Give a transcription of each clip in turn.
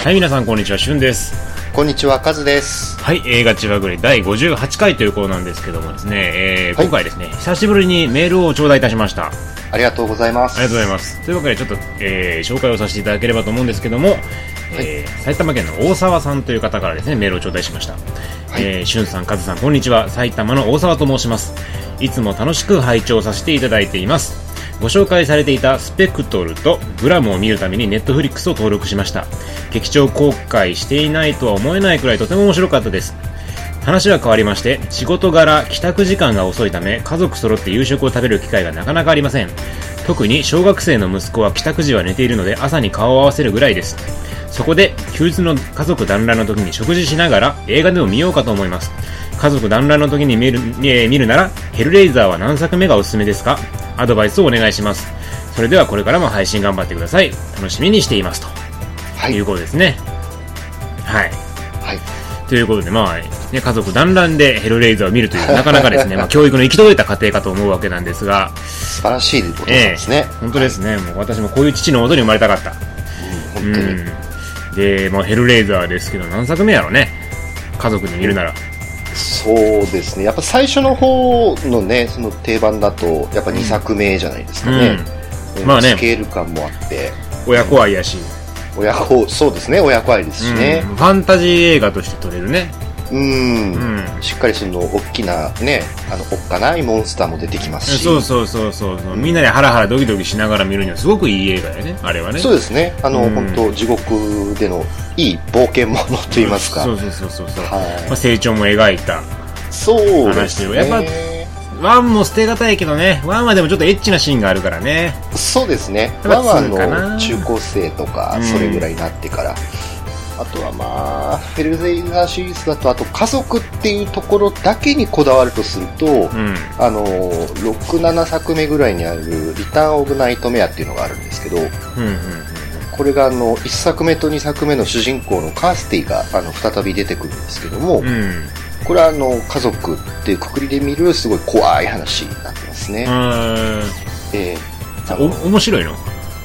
はい、皆さんこんにちは、しゅんです。 こんにちは、カズです。 はい、映画ちばぐれ第58回ということなんですけどもですね、 はい、 今回ですね、久しぶりにメールを頂戴いたしました。 ありがとうございます。 ありがとうございます。というわけでちょっと、紹介をさせていただければと思うんですけども、埼玉県の大沢さんという方からですね、メールを頂戴しました。しゅんさん、カズさん、こんにちは。埼玉の大沢と申します。いつも楽しく拝聴させていただいています。ご紹介されていたスペクトルとグラムを見るためにネットフリックスを登録しました。劇場公開していないとは思えないくらいとても面白かったです。話は変わりまして、仕事柄帰宅時間が遅いため家族揃って夕食を食べる機会がなかなかありません。特に小学生の息子は帰宅時は寝ているので朝に顔を合わせるぐらいです。そこで休日の家族団らんの時に食事しながら映画でも見ようかと思います。家族団らんの時に見るならヘルレイザーは何作目がおすすめですか？アドバイスをお願いします。それではこれからも配信頑張ってください。楽しみにしていますと、はい、いうことですね。はい、はい、ということで、ね、家族団らんでヘルレイザーを見るというなかなかですね、教育の行き届いた家庭かと思うわけなんですが、 素晴らしいことですね。 本当ですね、もう私もこういう父の元に生まれたかった。 本当に。 で、ヘルレイザーですけど何作目やろね、家族で見るなら。 そうですね、やっぱ最初の方のね、その定番だとやっぱ2作目じゃないですかね。スケール感もあって親子愛やし、 そうですね、親子愛ですしね、 ファンタジー映画として撮れるね。 しっかりその大きなね、おっかないモンスターも出てきますし、 そうみんなでハラハラドキドキしながら見るにはすごくいい映画やね、あれはね。 そうですね、本当地獄でのいい冒険者といいますか、 成長も描いたそうですね。 やっぱワンも捨てがたいけどね、ワンはでもちょっとエッチなシーンがあるからね。 そうですね、ワンは中高生とかそれぐらいになってから、あとはフェルゼイザーシリーズだと、あと家族っていうところだけにこだわるとすると、6、7作目ぐらいにあるリターンオブナイトメアっていうのがあるんですけど、これが1作目と2作目の主人公のカースティが再び出てくるんですけども、これは家族っていうくくりで見るすごい怖い話になってますね。 面白いの？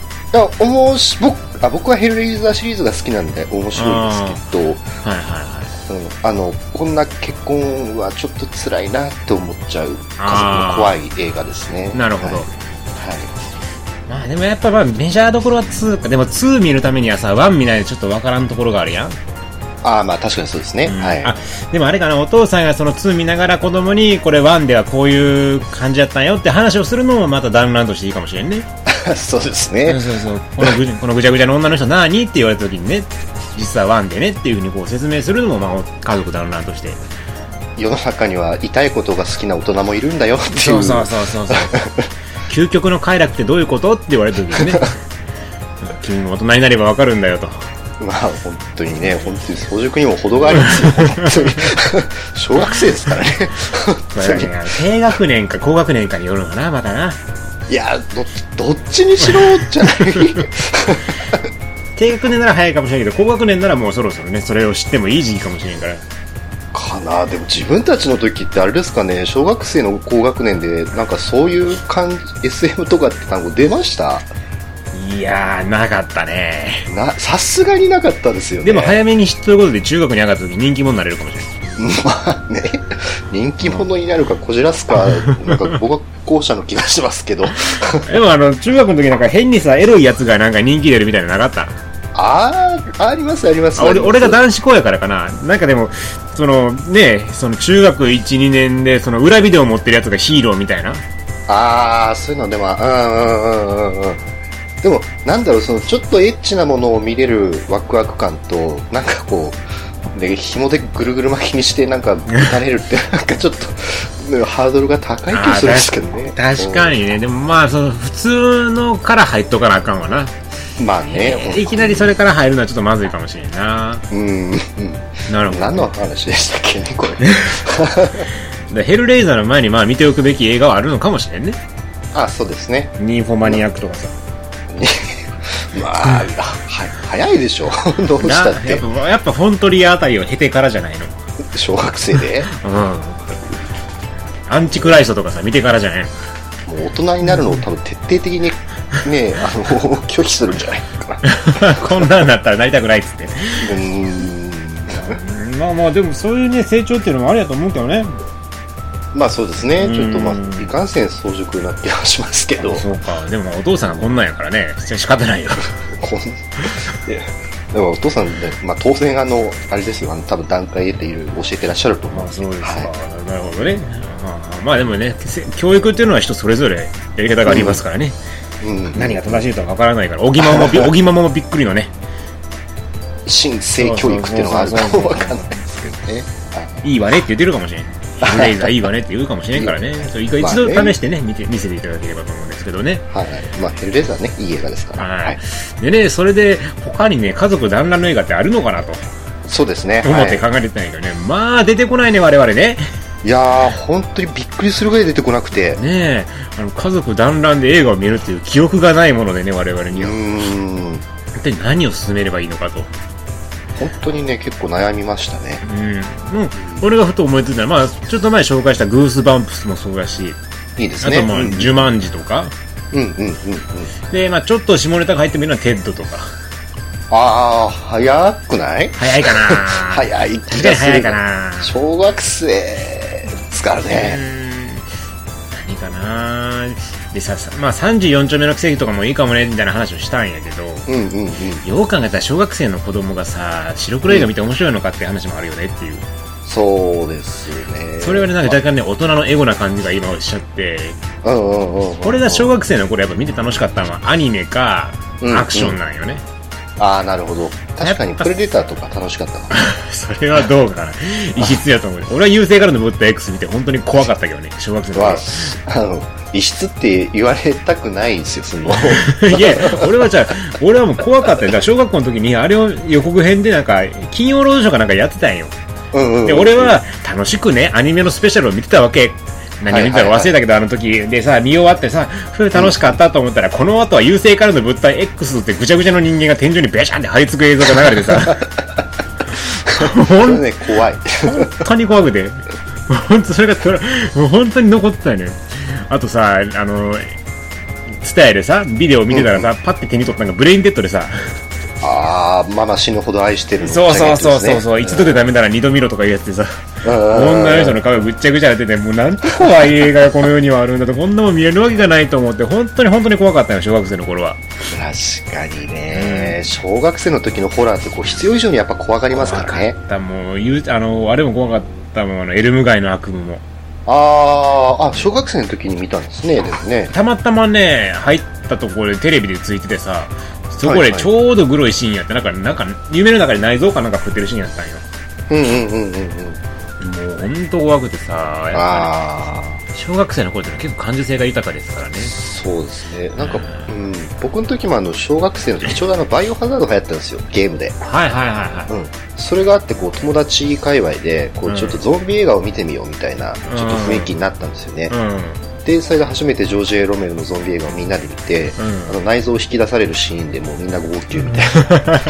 僕はヘルレイザーシリーズが好きなんで面白いんですけど、こんな結婚はちょっと辛いなって思っちゃう家族の怖い映画ですね。 なるほど。でもやっぱメジャーどころは2か。でも2見るためにはさ、1見ないでちょっとわからんところがあるやん。 確かにそうですね。 でもあれかな、お父さんがその2見ながら子供にこれ1ではこういう感じだったんよって話をするのもまた団らんとしていいかもしれんね。 そうですね。 このぐちゃぐちゃの女の人何って言われた時にね、実は1でねっていうふうにこう説明するのも家族団らんとして。 世の中には痛いことが好きな大人もいるんだよっていう。 そう究極の快楽ってどういうことって言われた時にね君も大人になればわかるんだよと。 本当にね、本当に早熟にも程がありますよ。本当に小学生ですからね。 低学年か高学年かによるのかな、またな。 いや、どっちにしろじゃない。 低学年なら早いかもしれないけど、高学年ならもうそろそろね、それを知ってもいい時期かもしれんから。 でも自分たちの時ってあれですかね、小学生の高学年でなんかそういうSM とかって単語出ました？ いやー、なかったね。 さすがになかったですよね。 でも早めに知ったことで中学に上がった時人気者になれるかもしれない。 人気者になるかこじらすか、なんか僕は後者の気がしますけど。 でも中学の時なんか変にさ、エロいやつがなんか人気出るみたいなのなかった？ あります。 俺が男子校やからかな。なんかでもその中学 1,2 年でその裏ビデオ持ってるやつがヒーローみたいな。 そういうのでもでもなんだろう、そのちょっとエッチなものを見れるワクワク感と、なんかこうで紐でぐるぐる巻きにしてなんか打たれるってなんかちょっとハードルが高い気がするんですけどね。 確かにね。でもその普通のから入っとかなあかんわな。いきなりそれから入るのはちょっとまずいかもしれんな。なるほど。 何の話でしたっけね、これ。ヘルレイザーの前に見ておくべき映画はあるのかもしれんね。 そうですね。 ニンフォマニアックとかさ。 早いでしょ。どうしたって。 やっぱフォントリアあたりを経てからじゃないの。 小学生で。 アンチクライストとかさ見てからじゃないの。 もう大人になるのを多分徹底的にね、拒否するんじゃないかかな。こんなんだったらなりたくないっつって。まあまあ、でもそういうね、成長っていうのもありだと思うけどね。 まあそうですね。ちょっとまあ、いかんせん早熟な気はしますけど。 そうか。でもお父さんがこんなんやからね、仕方ないよ。 でもお父さんね、まあ当然あれですよ、多分段階得ている、教えてらっしゃると思うんですけど。 そうですか。なるほどね。まあでもね、教育っていうのは人それぞれやり方がありますからね。何が正しいとは分からないから、おぎまもびっくりのね。 新性教育っていうのがあるかも分かんないですけどね。 いいわねって言ってるかもしれん。フレイザーいいわねって言うかもしれんからね。それ一度試してね、見せていただければと思うんですけどね。 はい。まあヘルレーザーね、いい映画ですから。 はい。でね、それで他にね、家族団らんの映画ってあるのかなと。 そうですね。 思って考えてたんやけどね。まあ出てこないね、我々ね。 いやー、本当にびっくりするぐらい出てこなくて。 ねえ、家族団らんで映画を見るっていう記憶がないものでね、我々には。一体何を進めればいいのかと。 本当にね、結構悩みましたね。 俺がふと思いついたら、まあ、ちょっと前紹介したグースバンプスもそうだし、 いいですね。 あとまあ、ジュマンジとか。で、まあ、ちょっと下ネタが入ってみるのはテッドとか。 ああ、早くない？ 早いかな早い気がする。 早いかな小学生ですからね。 何かなでさ、まあ34丁目の奇跡とかもいいかもね、みたいな話をしたんやけど、よう考えたら小学生の子供がさ、白黒映画見て面白いのかっていう話もあるよねっていう。 そうですね。 それはね、なんか若干ね、大人のエゴな感じが今しちゃって、俺が小学生の頃やっぱ見て楽しかったのはアニメか、アクションなんよね。 ああ、なるほど。確かにプレデターとか楽しかったな。 それはどうかな。異質やと思う。俺は優勢からのぶった X 見て本当に怖かったけどね、小学生の頃。異質って言われたくないですよ、その。 いや、俺はもう怖かったよ。だから小学校の時にあれを予告編でなんか、金曜ロードショーかなんかやってたんよ。で、俺は楽しくね、アニメのスペシャルを見てたわけ。何を見たか忘れたけど、あの時でさ、見終わってさ、それ楽しかったと思ったら、この後は優勢からの物体 X ってぐちゃぐちゃの人間が天井にベシャンって張り付く映像が流れてさ、 本当に怖い。 本当に怖くて、本当それがもう本当に残ってたよね。あとさ、ツタヤでさ、ビデオ見てたらさ、パッて手に取ったのがブレインデッドでさ、 ああ、ママ死ぬほど愛してるの。 そう、一度でダメなら二度見ろとかいうやつでさ、女の人の顔がぐっちゃぐちゃやってて、もうなんて怖い映画がこの世にはあるんだと、こんなもん見れるわけがないと思って、本当に怖かったよ、小学生の頃は。 確かにね、小学生の時のホラーってこう必要以上にやっぱ怖がりますからね。 もうあれも怖かったもん、エルム街の悪夢も。 小学生の時に見たんですね、でもね。 たまたまね、入ったところでテレビでついててさ、そこでちょうどグロいシーンやって、なんか夢の中で内臓かなんか振ってるシーンやったんよ。もう本当怖くてさ、やっぱり小学生の頃って結構感受性が豊かですからね。 そうですね。なんか、僕の時も小学生の時ちょうどバイオハザード流行ったんですよ、ゲームで。それがあってこう友達界隈でこうちょっとゾンビ映画を見てみようみたいなちょっと雰囲気になったんですよね。で、それで初めてジョージ・エロメルのゾンビ映画をみんなで見て、内臓を引き出されるシーンでもうみんな号泣みたいな。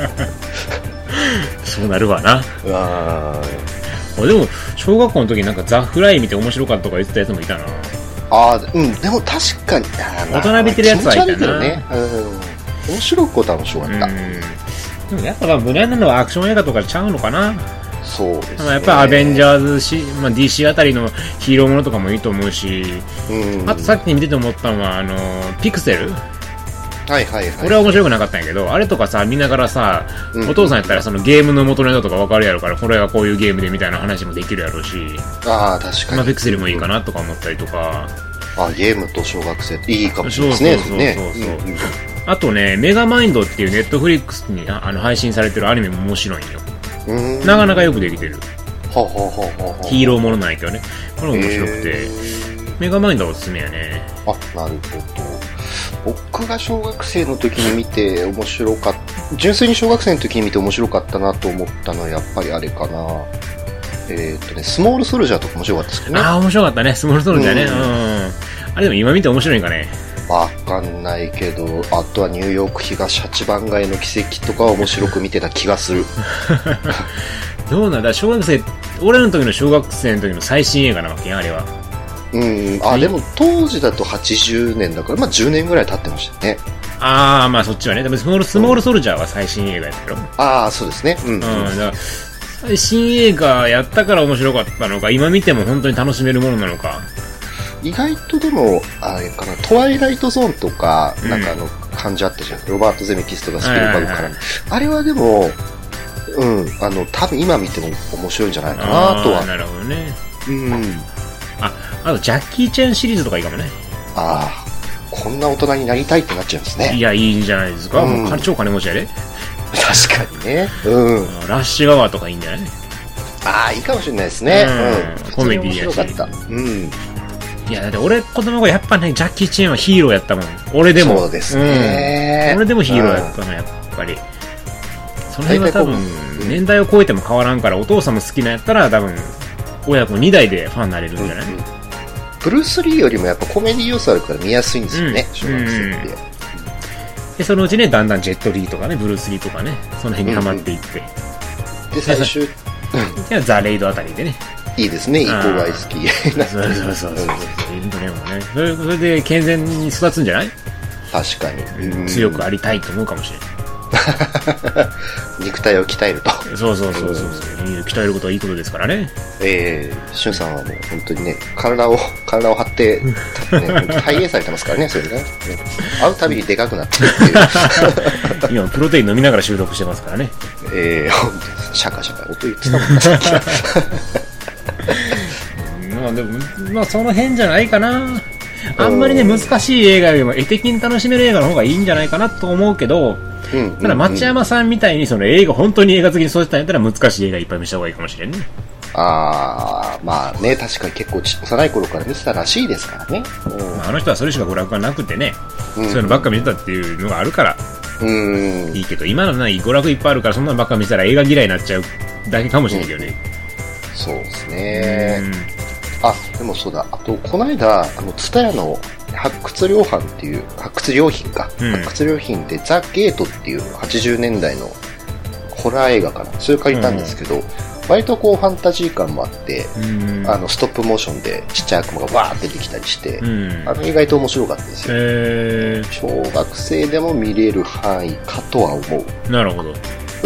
そうなるわな。でも小学校の時になんかザ・フライ見て面白かったとか言ってたやつもいたな。 でも確かに大人びてるやつはいたな。 面白いことは面白かった。 でもやっぱ無難なのはアクション映画とかちゃうのかな。 そうですね。 やっぱアベンジャーズDC あたりのヒーローものとかもいいと思うし、あとさっき見てて思ったのはピクセル。俺は面白くなかったんやけど、あれとかさ見ながらさ、お父さんやったらそのゲームの元ネタとか分かるやろから、これはこういうゲームでみたいな話もできるやろうし、 確かに。 ピクセルもいいかなとか思ったりとか。 ゲームと小学生っていいかもしれないですね。 あとね、メガマインドっていうネットフリックスに配信されてるアニメも面白いんよ。なかなかよくできてる。ヒーローものなんやけどね。これ面白くて、メガマインドはおすすめやね。 なるほど。僕が小学生の時に見て面白かった、純粋に小学生の時に見て面白かったなと思ったのはやっぱりあれかな。スモールソルジャーとか面白かったですけどね。 面白かったね、スモールソルジャーね。あれでも今見て面白いんかね。 わかんないけど、あとはニューヨーク東8番街の奇跡とかは面白く見てた気がする。 どうなんだ、小学生、俺の時の小学生の時の最新映画なわけや、あれは。 でも当時だと80年だから、10年ぐらい経ってましたね。 ああ、まあそっちはね。でもスモールソルジャーは最新映画やったよ。 ああ、そうですね。 だから最新映画やったから面白かったのか、今見ても本当に楽しめるものなのか。 意外とでも、あれかな、トワイライトゾーンとか、なんか感じあったじゃん。ロバート・ゼメキスとかスピルバグから。あれはでも、多分今見ても面白いんじゃないかなとは。 なるほどね。あと、ジャッキー・チェンシリーズとかいいかもね。 ああ、こんな大人になりたいってなっちゃいますね。 いや、いいんじゃないですか。もう超金持ちやで。 確かにね。 ラッシュアワーとかいいんじゃない？ ああ、いいかもしれないですね。 コメディやし。 面白かった。 いや、だって俺、子供がやっぱね、ジャッキー・チェンはヒーローやったもん。俺でも。 そうですね。 俺でもヒーローやったの、やっぱり。その辺は多分、年代を超えても変わらんから、お父さんも好きなやったら、多分、親子2代でファンになれるんじゃない？ ブルース・リーよりもやっぱコメディ要素あるから見やすいんですよね、小学生って。 で、そのうちね、だんだんジェット・リーとかね、ブルース・リーとかね、その辺にハマっていって。 で、最終、 じゃあザ・レイドあたりでね。 いいですね、イコが好き。 そう。いるとね、もうね。それで健全に育つんじゃない？ 確かに。 強くありたいと思うかもしれない。 肉体を鍛えると。 そう。鍛えることはいいことですからね。 しゅんさんはもう本当にね、体を張って、体現されてますからね、それね。会うたびにでかくなってるっていう。 今、プロテイン飲みながら収録してますからね。 シャカシャカ音言ってたもんな、さっきは。 でも、まあその辺じゃないかな。あんまりね、難しい映画よりも絵的に楽しめる映画の方がいいんじゃないかなと思うけど、ただ町山さんみたいにその本当に映画好きに育てたんやったら難しい映画いっぱい見せた方がいいかもしれんね。 まあね、確かに結構幼い頃から見てたらしいですからね。 あの人はそれしか娯楽がなくてね、そういうのばっか見てたっていうのがあるからいいけど、今のない娯楽いっぱいあるからそんなのばっか見てたら映画嫌いになっちゃうだけかもしれないけどね。 そうですね。でもそうだ。あと、この間、ツタヤの発掘量販っていう、発掘良品でザ・ゲートっていう80年代のホラー映画かな。それを借りたんですけど、割とこうファンタジー感もあって、ストップモーションでちっちゃい悪魔がわーって出てきたりして、意外と面白かったですよ。小学生でも見れる範囲かとは思う。 なるほど。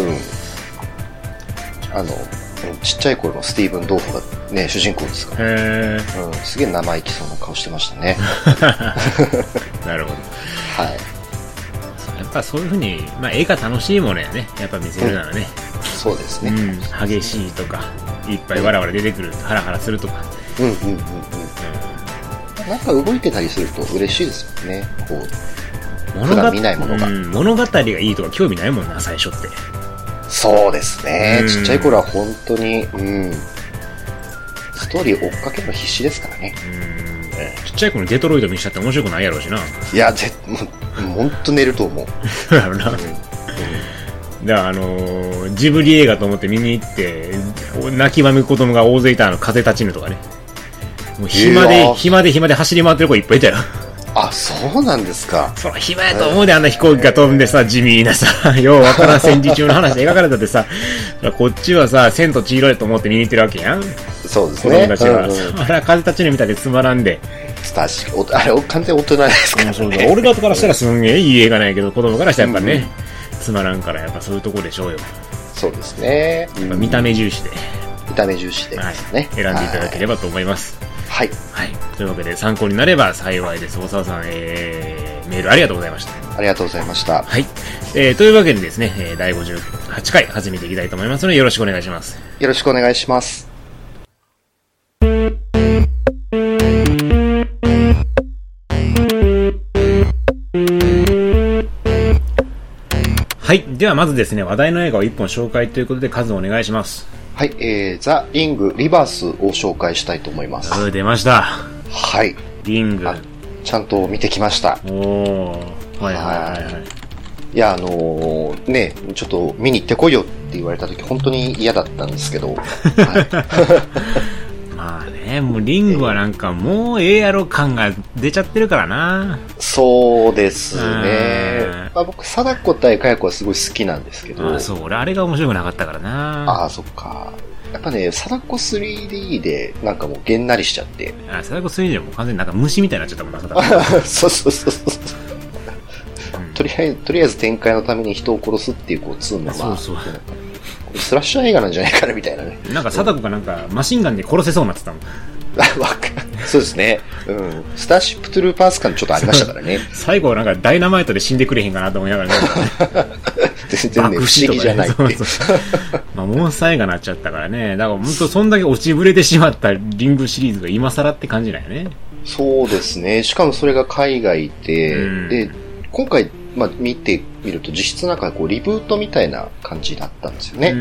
ちっちゃい頃のスティーブン・ドーフがね、主人公ですから。すげえ生意気そうな顔してましたね。 なるほど。 はい。 やっぱそういう風に、まあ映画楽しいものやね。やっぱ見せるならね。 そうですね。 激しいとか、いっぱいわらわら出てくる、ハラハラするとか。 なんか動いてたりすると嬉しいですよね。こう、普段見ないものが。 物語がいいとか興味ないもんな、最初って。 そうですね。ちっちゃい頃は本当に、ストーリー追っかけるの必死ですからね。 ちっちゃい頃にデトロイト見しちゃって面白くないやろうしな。 いや、本当寝ると思う。 だからな。だからジブリ映画と思って見に行って、泣きわめく子供が大勢いた風立ちぬとかね。もう暇で走り回ってる子いっぱいいたよ。 そうなんですか。 その暇やと思うで、あんな飛行機が飛んでさ、地味なさ、ようわからん戦時中の話描かれたってさ、こっちはさ、千と千尋やと思って見に行ってるわけやん。 そうですね。 子供たちは。あれ、風立ちぬみたいでつまらんで。 確かに、あれ、完全に大人ですからね。 俺らからしたらすんげえいい映画なんやけど、子供からしたらやっぱね、つまらんから、やっぱそういうとこでしょうよ。 そうですね。 やっぱ見た目重視で。 ですね。 選んでいただければと思います。 はい。 というわけで参考になれば幸いです。大沢さん、メールありがとうございました。 ありがとうございました。 はい。というわけでですね、第58回始めていきたいと思いますので、よろしくお願いします。 よろしくお願いします。 はい。ではまずですね、話題の映画を1本紹介ということで、数お願いします。 はい、ザ・リング・リバースを紹介したいと思います。 出ました。 はい。 リング。 ちゃんと見てきました。いや、ね、ちょっと見に行ってこいよって言われた時本当に嫌だったんですけど。 まあね、もうリングはなんかもうやろ感が出ちゃってるからな。 そうですね。僕、貞子対佳代子はすごい好きなんですけど。 そう、俺あれが面白くなかったからな。 そっか。やっぱね、貞子 3D でなんかもうげんなりしちゃって。 貞子 3D でもう完全になんか虫みたいになっちゃったもんな、 そう。とりありあえず展開のために人を殺すっていう、こう、ツームは、 そうそう。 スラッシャー映画なんじゃないかな、みたいなね。 なんか、貞子がなんか、マシンガンで殺せそうになってたもん。 そうですね。うん。スターシップトゥルーパース感ちょっとありましたからね。 最後はなんか、ダイナマイトで死んでくれへんかなと思いながらね。 全然ね、不思議じゃないって。 まあ、モンスター映画になっちゃったからね。だから本当そんだけ落ちぶれてしまったリングシリーズが今更って感じだよね。 そうですね。しかもそれが海外で、で、今回、まあ、見てみると実質なんかこうリブートみたいな感じだったんですよね。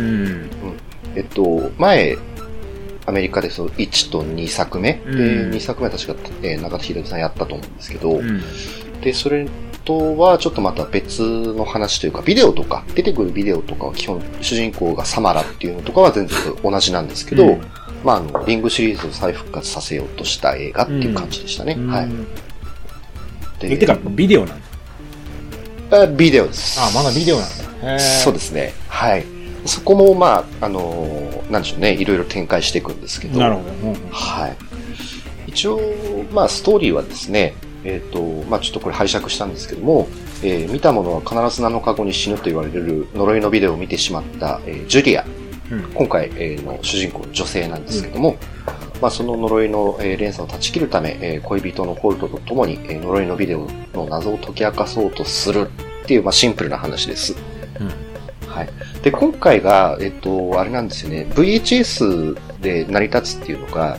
前、アメリカでその1と2作目、で、2作目は確か、中田秀夫さんやったと思うんですけど、で、それとはちょっとまた別の話というか、ビデオとか、出てくるビデオとかは基本、主人公がサマラっていうのとかは全然同じなんですけど、まあ、リングシリーズを再復活させようとした映画っていう感じでしたね。はい。 で、てか、ビデオなんだ。ビデオです。 あ、まだビデオなんだ。 そうですね。はい。そこも、まあ、なんでしょうね、いろいろ展開していくんですけど。 なるほど。 はい。一応、まあ、ストーリーはですね、まあ、ちょっとこれ拝借したんですけども、見た者は必ず7日後に死ぬと言われる呪いのビデオを見てしまった、ジュリア。今回、の主人公の女性なんですけども、まあ、その呪いの、連鎖を断ち切るため、恋人のホルトと共に、呪いのビデオの謎を解き明かそうとするっていう、まあ、シンプルな話です。はい。で、今回が、あれなんですよね、VHS で成り立つっていうのが、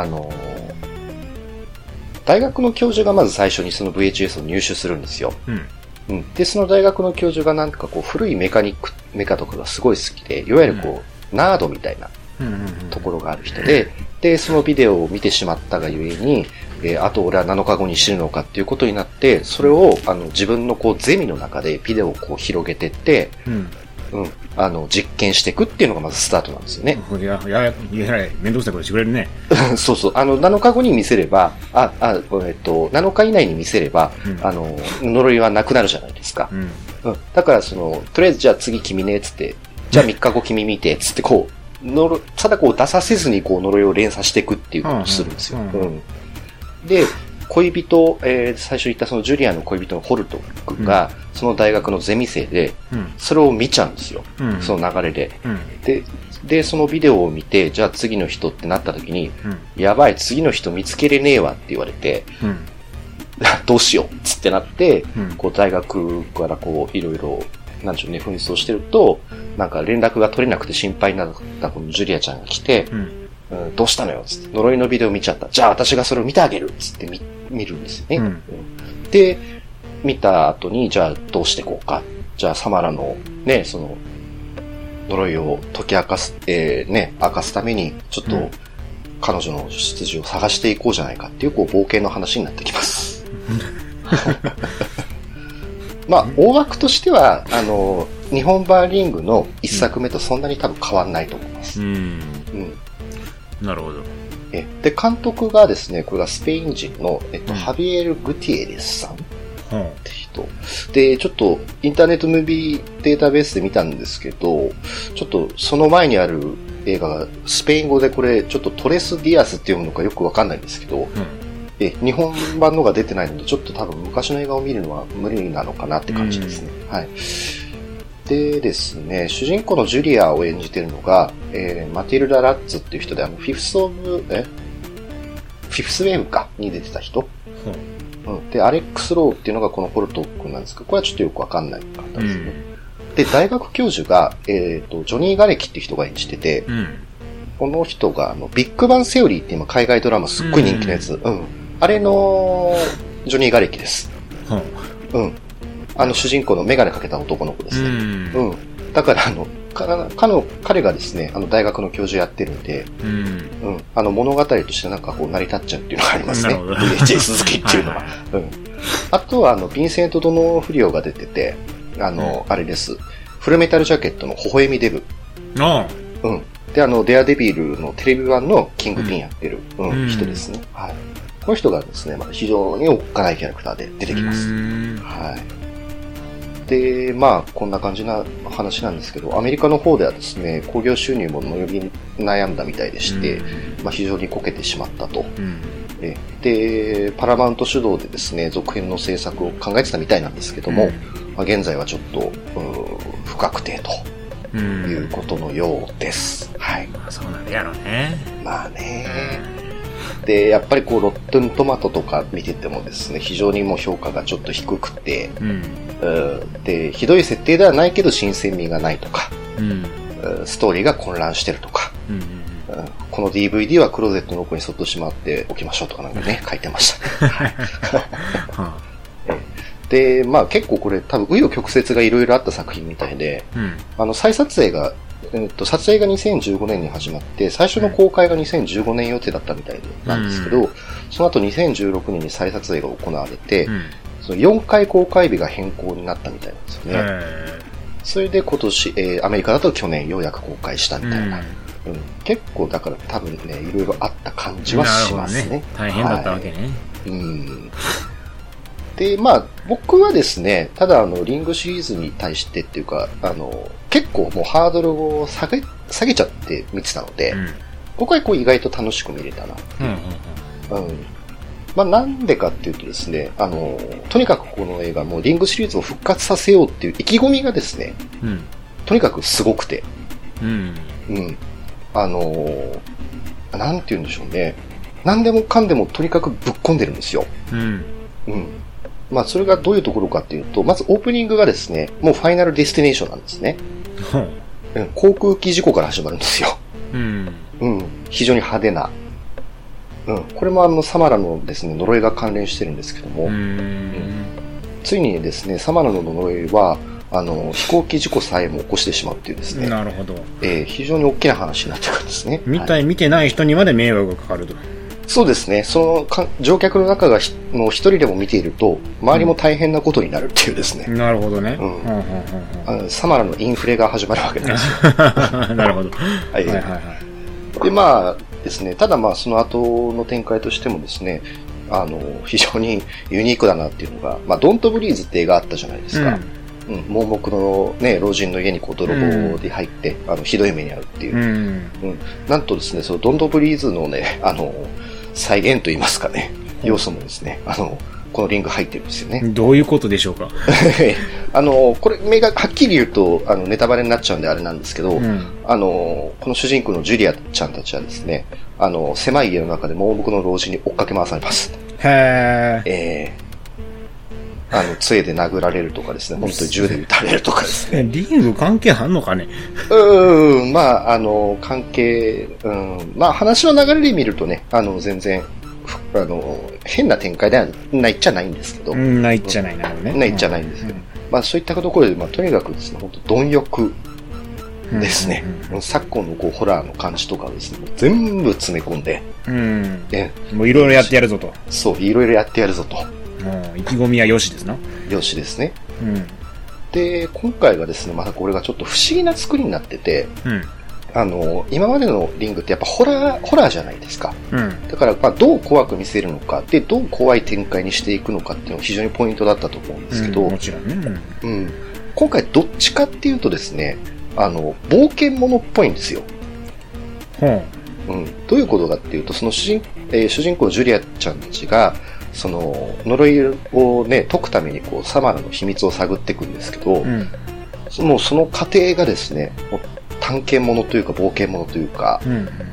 大学の教授がまず最初にその VHS を入手するんですよ。で、その大学の教授がなんかこう古いメカとかがすごい好きで、いわゆるこう、ナードみたいなところがある人で、で、そのビデオを見てしまったがゆえに、あと俺は7日後に死ぬのかっていうことになって、それを自分のこうゼミの中でビデオをこう広げてって、実験していくっていうのがまずスタートなんですよね。 めんどくさいことしてくれるね。 そうそう。7日後に見せれば、7日以内に見せれば、呪いはなくなるじゃないですか。だからとりあえずじゃあ次君ね、つって、じゃあ3日後君見て、つってこう、ただこう出させずにこう呪いを連鎖していくっていうことをするんですよ。で、恋人、最初言ったそのジュリアの恋人のホルト君が、その大学のゼミ生で、それを見ちゃうんですよ。その流れで。で、そのビデオを見て、じゃあ次の人ってなった時に、やばい、次の人見つけれねえわって言われて、どうしようっつってなって、こう大学からこういろいろ、なんでしょうね、紛争してると、なんか連絡が取れなくて心配になったこのジュリアちゃんが来て、どうしたのよつって、呪いのビデオ見ちゃった。じゃあ私がそれを見てあげるつって見るんですよね。で、見た後に、じゃあどうしていこうか。じゃあサマラのね、その、呪いを解き明かす、明かすために、ちょっと、彼女の出自を探していこうじゃないかっていう、こう、冒険の話になってきます。まあ、大枠としては、日本版リングの一作目とそんなに多分変わんないと思います。 なるほど。 で、監督がですね、これがスペイン人の、ハビエル・グティエレスさんって人。で、ちょっとインターネットムービーデータベースで見たんですけど、ちょっとその前にある映画がスペイン語でこれ、ちょっとトレス・ディアスって読むのかよくわかんないんですけど、日本版のが出てないので、ちょっと多分昔の映画を見るのは無理なのかなって感じですね。はい。でですね、主人公のジュリアを演じているのが、マティルダ・ラッツっていう人で、フィフスウェーブかに出てた人、で、アレックス・ローっていうのがこのホルト君なんですけど、これはちょっとよくわかんないかったですね。で、大学教授が、ジョニー・ガレキっていう人が演じてて、この人がビッグバン・セオリーって今海外ドラマすっごい人気のやつ、あれのジョニー・ガレキです。主人公のメガネかけた男の子ですね。だから彼がですね、大学の教授やってるんで、物語としてなんかこう成り立っちゃうっていうのがありますね。VHS 好きっていうのは。あとはヴィンセント・ドノフリオが出てて、あれです。フルメタルジャケットの微笑みデブ。で、デアデビルのテレビ版のキングピンやってる、人ですね。はい。この人がですね、非常におっかないキャラクターで出てきます。はい。で、まあ、こんな感じな話なんですけど、アメリカの方ではですね、興行収入も伸び悩んだみたいでして、非常にこけてしまったと。で、パラマウント主導でですね、続編の制作を考えてたみたいなんですけども、 まあ、現在はちょっと、不確定ということのようです。はい。 まあ、そうなんだやろうね。 まあね。で、やっぱりこう、ロッテントマトとか見ててもですね、非常にもう評価がちょっと低くて、で、ひどい設定ではないけど新鮮味がないとか、ストーリーが混乱してるとか、この DVD はクローゼットの奥にそっとしまっておきましょうとかなんかね、書いてました。で、まあ結構これ多分紆余曲折がいろいろあった作品みたいで、再撮影が、撮影が2015年に始まって、最初の公開が2015年予定だったみたいなんですけど、その後2016年に再撮影が行われて、その4回公開日が変更になったみたいなんですよね。それで今年、アメリカだと去年ようやく公開したみたいな。結構だから多分ね、いろいろあった感じはしますね。 大変だったわけね。 で、まあ、僕はですね、ただリングシリーズに対してっていうか、結構もうハードルを下げちゃって見てたので、僕はこう意外と楽しく見れたな。まあなんでかっていうとですね、とにかくこの映画もリングシリーズを復活させようっていう意気込みがですね、とにかくすごくて、なんて言うんでしょうね。何でもかんでもとにかくぶっ込んでるんですよ。まあそれがどういうところかっていうと、まずオープニングがですね、もうファイナルディスティネーションなんですね。航空機事故から始まるんですよ。非常に派手な。これもサマラのですね、呪いが関連してるんですけども、ついにですね、サマラの呪いは、飛行機事故さえも起こしてしまうっていうですね。 なるほど。 非常に大きな話になってくるんですね。 見てない人にまで迷惑がかかると。 そうですね。その乗客の中がの一人でも見ていると、周りも大変なことになるっていうですね。 なるほどね。 サマラのインフレが始まるわけなんですよ。 なるほど。 で、まあですね、ただまあその後の展開としてもですね、非常にユニークだなっていうのが、まあ、ドントブリーズって映画あったじゃないですか。盲目のね、老人の家にこう泥棒で入って、ひどい目に遭うっていう。なんとですね、そのドントブリーズのね、再現と言いますかね、要素もですね、このリング入ってるんですよね。 どういうことでしょうか。 これ、はっきり言うと、ネタバレになっちゃうんであれなんですけど、この主人公のジュリアちゃんたちはですね、狭い家の中で盲目の老人に追っかけ回されます。杖で殴られるとかですね、本当に銃で撃たれるとかですね。 リング関係あんのかね。 まあ、関係、まあ、話の流れで見るとね、全然、変な展開ではないっちゃないんですけど。 ないっちゃないなのね。 ないっちゃないんですけど。まあ、そういったところで、まあ、とにかくですね、本当貪欲ですね。昨今のこう、ホラーの感じとかですね、全部詰め込んで。 もういろいろやってやるぞと。 そう、いろいろやってやるぞと。 意気込みはよしですな。 よしですね。で、今回がですね、またこれがちょっと不思議な作りになってて、今までのリングってやっぱホラーじゃないですか。だから、まあ、どう怖く見せるのか、で、どう怖い展開にしていくのかっていうのが非常にポイントだったと思うんですけど、 もちろんね。 今回どっちかっていうとですね、冒険者っぽいんですよ。どういうことかっていうと、その主人公ジュリアちゃんたちが、その呪いをね解くためにこうサマラの秘密を探っていくんですけど、もうその過程がですね、探検者というか冒険者というか、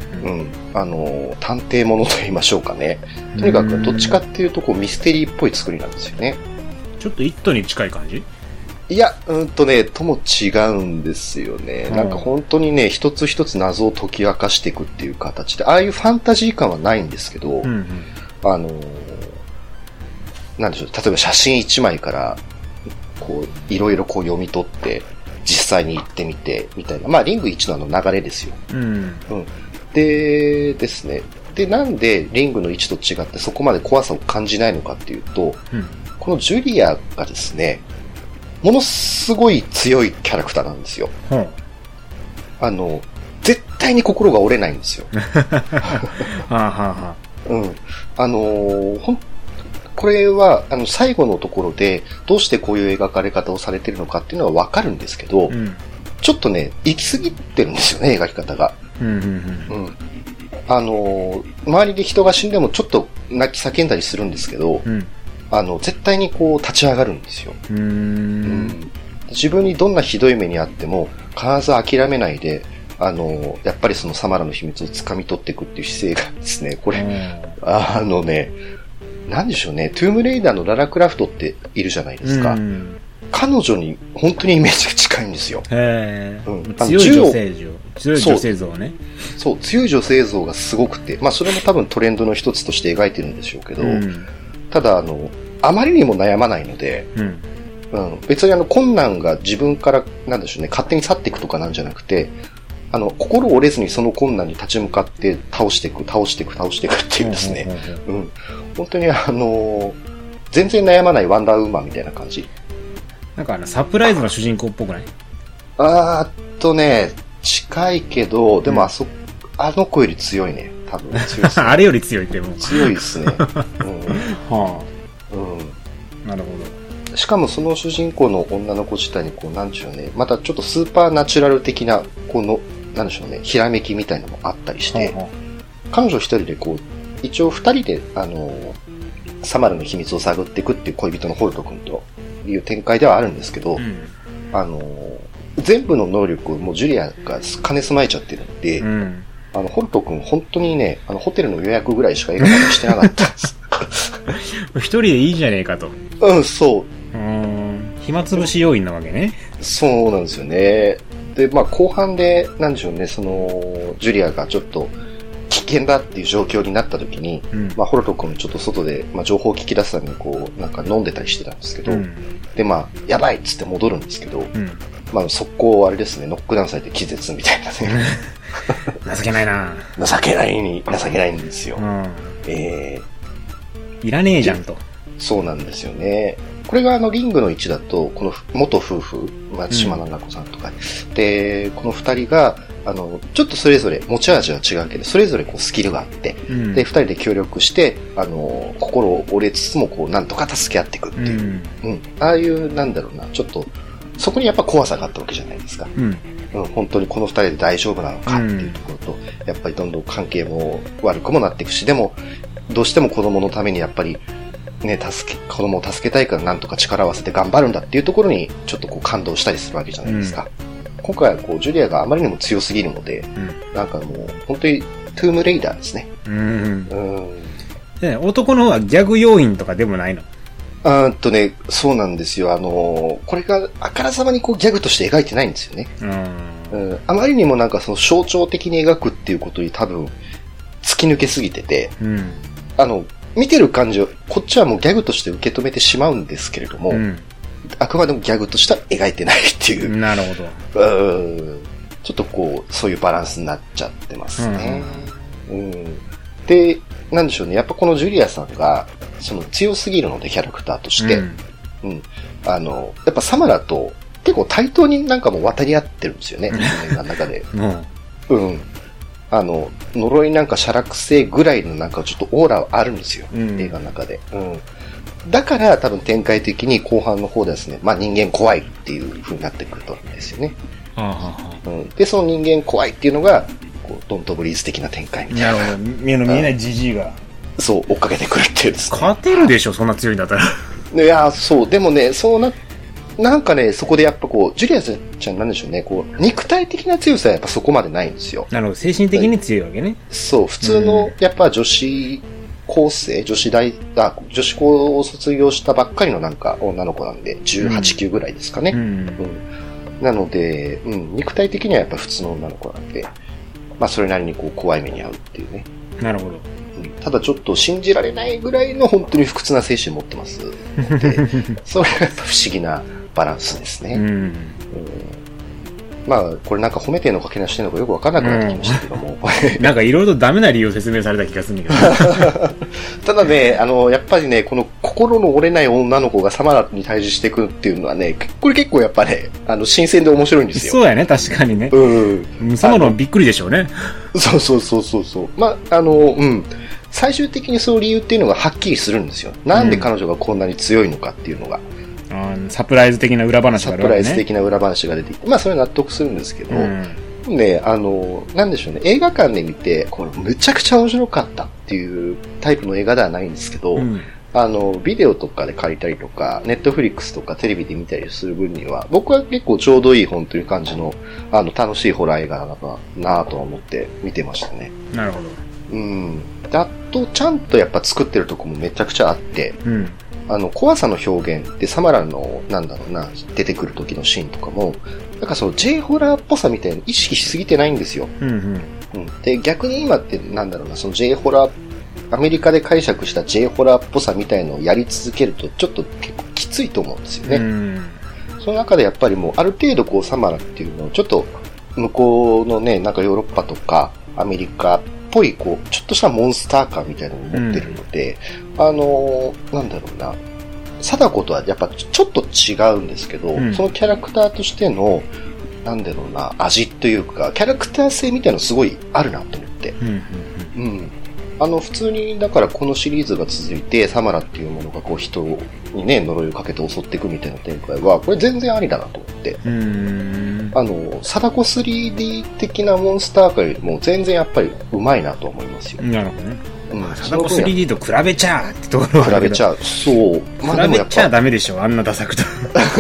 探偵者と言いましょうかね。とにかくどっちかっていうとこうミステリーっぽい作りなんですよね。 ちょっとイットに近い感じ？ いや、とも違うんですよね。なんか本当にね、一つ一つ謎を解き明かしていくっていう形で、ああいうファンタジー感はないんですけど、なんでしょう、例えば写真1枚から、こう、いろいろこう読み取って、実際に行ってみて、みたいな。まあ、リング1の流れですよ。でですね。で、なんでリングの1と違ってそこまで怖さを感じないのかっていうと、このジュリアがですね、ものすごい強いキャラクターなんですよ。絶対に心が折れないんですよ。これは、最後のところで、どうしてこういう描かれ方をされているのかっていうのはわかるんですけど、ちょっとね、行き過ぎてるんですよね、描き方が。周りで人が死んでもちょっと泣き叫んだりするんですけど、 絶対にこう立ち上がるんですよ。自分にどんなひどい目にあっても、必ず諦めないで、やっぱりそのサマラの秘密を掴み取っていくっていう姿勢がですね、これ、なんでしょうね、トゥームレイダーのララクラフトっているじゃないですか。彼女に本当にイメージが近いんですよ。 強い女性像ね。 そう、強い女性像がすごくて、まあそれも多分トレンドの一つとして描いてるんでしょうけど、ただあまりにも悩まないので、別に困難が自分から、なんでしょうね、勝手に去っていくとかなんじゃなくて、心折れずにその困難に立ち向かって倒していくっていうですね、本当に全然悩まないワンダーウーマンみたいな感じ。 なんかサプライズの主人公っぽくない？ 近いけど、でもあの子より強いね。多分強い、 あれより強いっても強いですね。なるほど。しかもその主人公の女の子自体にこう、なんでしょうね、またちょっとスーパーナチュラル的な、この、なんでしょうね、ひらめきみたいなのもあったりして、彼女一人でこう、一応二人で、サマルの秘密を探っていくっていう恋人のホルト君という展開ではあるんですけど、全部の能力をもうジュリアが兼ね備えちゃってるんで、ホルト君本当にね、ホテルの予約ぐらいしか映画館してなかったんです。 一人でいいじゃねえかと。 そう。 暇つぶし要因なわけね。 そうなんですよね。で、まあ後半で、なんでしょうね、その、ジュリアがちょっと危険だっていう状況になった時に、まあホルト君ちょっと外で、まあ情報を聞き出すためにこう、なんか飲んでたりしてたんですけど、で、まあ、やばいっつって戻るんですけど、まあ速攻あれですね、ノックダウンされて気絶みたいなね。 情けないな。 情けないんですよ。 いらねえじゃんと。 そうなんですよね。これがリングの1だと、この元夫婦、松島菜々子さんとか、で、この二人が、ちょっとそれぞれ持ち味は違うけど、それぞれこうスキルがあって、で、二人で協力して、心を折れつつも、こう、なんとか助け合っていくっていう、ああいう、なんだろうな、ちょっと、そこにやっぱ怖さがあったわけじゃないですか。本当にこの二人で大丈夫なのかっていうところと、やっぱりどんどん関係も悪くもなっていくし、でも、どうしても子供のためにやっぱり、ね、子供を助けたいからなんとか力を合わせて頑張るんだっていうところにちょっとこう感動したりするわけじゃないですか。今回はこうジュリアがあまりにも強すぎるので、なんかもう本当にトゥームレイダーですね。 男の方はギャグ要因とかでもないの？ そうなんですよ。これがあからさまにこうギャグとして描いてないんですよね。あまりにもなんかその象徴的に描くっていうことに多分突き抜けすぎてて、見てる感じを、こっちはもうギャグとして受け止めてしまうんですけれども、あくまでもギャグとしては描いてないっていう。 なるほど。 ちょっとこう、そういうバランスになっちゃってますね。で、なんでしょうね。やっぱこのジュリアさんが、その強すぎるので、キャラクターとして。やっぱサマラと結構対等になんかもう渡り合ってるんですよね。映画の中で。呪いなんかシャラクセぐらいのなんかちょっとオーラはあるんですよ。映画の中で。だから多分展開的に後半の方でですね、まあ人間怖いっていう風になってくると思うんですよね。で、その人間怖いっていうのが、こうドントブリーズ的な展開みたいな。 なるほど。見えないジジイが。 そう、追っかけてくるっていうですね。 勝てるでしょ、そんな強いんだったら。 いや、そう、でもね、なんかね、そこでやっぱこう、ジュリアちゃんなんでしょうね、こう、肉体的な強さはやっぱそこまでないんですよ。 なるほど、精神的に強いわけね。 そう、普通の、やっぱ女子高生、女子高を卒業したばっかりのなんか女の子なんで、18、9ぐらいですかね。なので、肉体的にはやっぱ普通の女の子なんで、まあそれなりにこう怖い目に遭うっていうね。 なるほど。 ただちょっと信じられないぐらいの本当に不屈な精神を持ってますので、それがやっぱ不思議なバランスですね。まあ、これなんか褒めてんのかけなしてんのかよくわからなくなってきましたけども。 なんかいろいろとダメな理由を説明された気がするんだけど。 ただね、やっぱりね、この心の折れない女の子がサマラに対峙していくっていうのはね、これ結構やっぱね、新鮮で面白いんですよ。 そうやね、確かにね。サマラもびっくりでしょうね。そう。 まあ、最終的にその理由っていうのがはっきりするんですよ。なんで彼女がこんなに強いのかっていうのが。 サプライズ的な裏話があるわけね。 サプライズ的な裏話が出てきて、まあそれは納得するんですけど、ね、なんでしょうね、映画館で見て、これむちゃくちゃ面白かったっていうタイプの映画ではないんですけど、 ビデオとかで借りたりとか、ネットフリックスとかテレビで見たりする分には、僕は結構ちょうどいい本という感じの、楽しいホラー映画なのかなと思って見てましたね。 なるほど。 あと、ちゃんとやっぱ作ってるとこもめちゃくちゃあって、怖さの表現でサマラの、出てくる時のシーンとかも、なんかその J ホラーっぽさみたいに意識しすぎてないんですよ。で、逆に今ってその J ホラー、アメリカで解釈した J ホラーっぽさみたいのをやり続けると、ちょっと結構きついと思うんですよね。その中でやっぱりもうある程度こうサマラっていうのをちょっと向こうのね、なんかヨーロッパとかアメリカっぽいこう、ちょっとしたモンスター感みたいなのを持ってるので、貞子とはやっぱちょっと違うんですけど、そのキャラクターとしての、味というか、キャラクター性みたいなのすごいあるなと思って。普通に、だからこのシリーズが続いて、サマラっていうものがこう人にね、呪いをかけて襲っていくみたいな展開は、これ全然ありだなと思って。貞子 3D 的なモンスター界よりも全然やっぱり上手いなと思いますよ。 なるほどね。貞子 3D と比べちゃうってところは比べちゃう。そう。 比べちゃダメでしょ、あんなダサくと。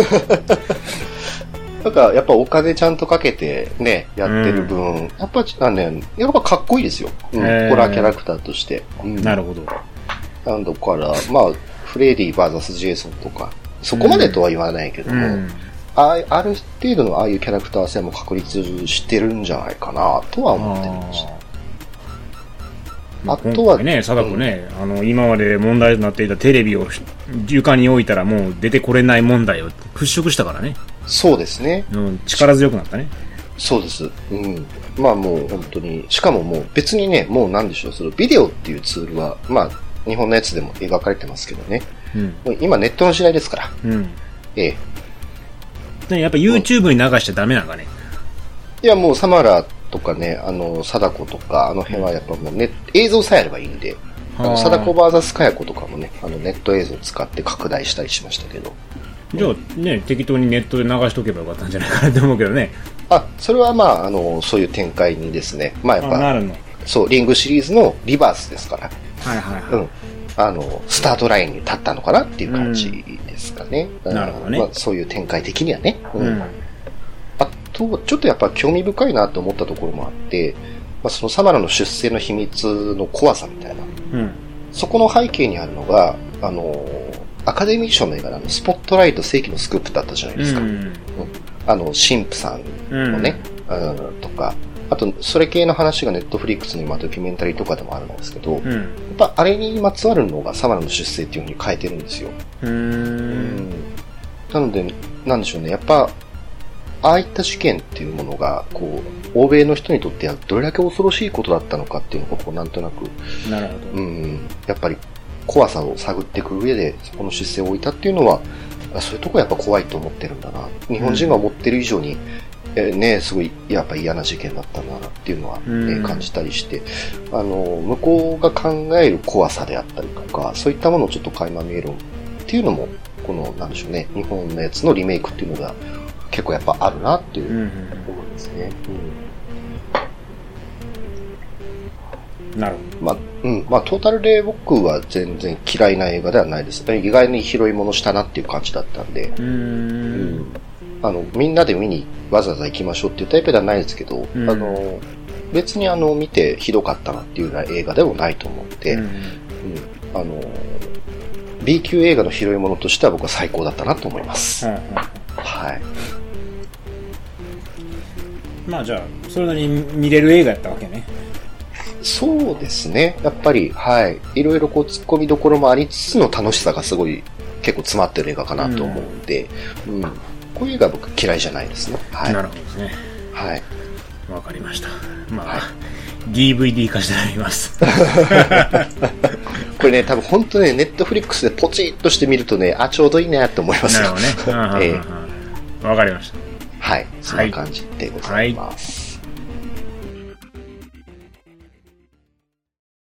だからやっぱお金ちゃんとかけてね、やってる分、やっぱかっこいいですよ。ホラーキャラクターとして。 なるほど。 だから、フレディ VS ジェイソンとか、そこまでとは言わないけども、ある程度のああいうキャラクター性も確立してるんじゃないかなとは思ってました。 あとはね、貞子ね、今まで問題となっていたテレビを床に置いたらもう出てこれない問題を払拭したからね。 そうですね。 力強くなったね。 そうです。もう本当に、しかももう別にね、もうなんでしょう、そのビデオっていうツールは、日本のやつでも描かれてますけどね。もう今ネットの時代ですから。 やっぱ YouTube に流しちゃダメなんかね。 いや、もうサマラとかね、貞子とか、あの辺はやっぱもうね、映像さえあればいいんで、貞子 VS かや子とかもね、ネット映像を使って拡大したりしましたけど。 じゃあね、適当にネットで流しとけばよかったんじゃないかなと思うけどね。 それはそういう展開にですね、やっぱ、 なるの。 そう、リングシリーズのリバースですから。スタートラインに立ったのかなっていう感じですかね。 なるほどね。 そういう展開的にはね。あと、ちょっとやっぱ興味深いなと思ったところもあって、そのサマラの出世の秘密の怖さみたいな。そこの背景にあるのが、アカデミー賞の映画のスポットライト世紀のスクープだったじゃないですか。神父さんのね、とか、あと、それ系の話がネットフリックスの今ドキュメンタリーとかでもあるんですけど、やっぱあれにまつわるのがサマラの出世っていう風に変えてるんですよ。なので、なんでしょうね、やっぱ、ああいった事件っていうものが、こう、欧米の人にとってはどれだけ恐ろしいことだったのかっていうのを、こう、なんとなく、 なるほど。 やっぱり怖さを探っていく上で、そこの出世を置いたっていうのは、そういうとこやっぱ怖いと思ってるんだな。日本人が思ってる以上に、すごい、やっぱ嫌な事件だったんだなっていうのは、感じたりして、向こうが考える怖さであったりとか、そういったものをちょっと垣間見えるっていうのも、この、なんでしょうね、日本のやつのリメイクっていうのが結構やっぱあるなっていう思いですね。 なるほど。トータルで僕は全然嫌いな映画ではないです。意外に拾い物したなっていう感じだったんで、みんなで見にわざわざ行きましょうっていうタイプではないですけど、別に見てひどかったなっていうような映画でもないと思って、B 級映画の拾い物としては僕は最高だったなと思います。はい。 じゃあ、それなりに見れる映画やったわけね。 そうですね。やっぱり、いろいろこう突っ込みどころもありつつの楽しさがすごい結構詰まってる映画かなと思うんで、こういう映画は僕嫌いじゃないですね。 なるほどですね。わかりました。DVD 化してあります。 これね、多分本当ね、ネットフリックスでポチッとしてみるとね、ちょうどいいなと思いますよ。 なるほどね。わかりました。 そんな感じでございます。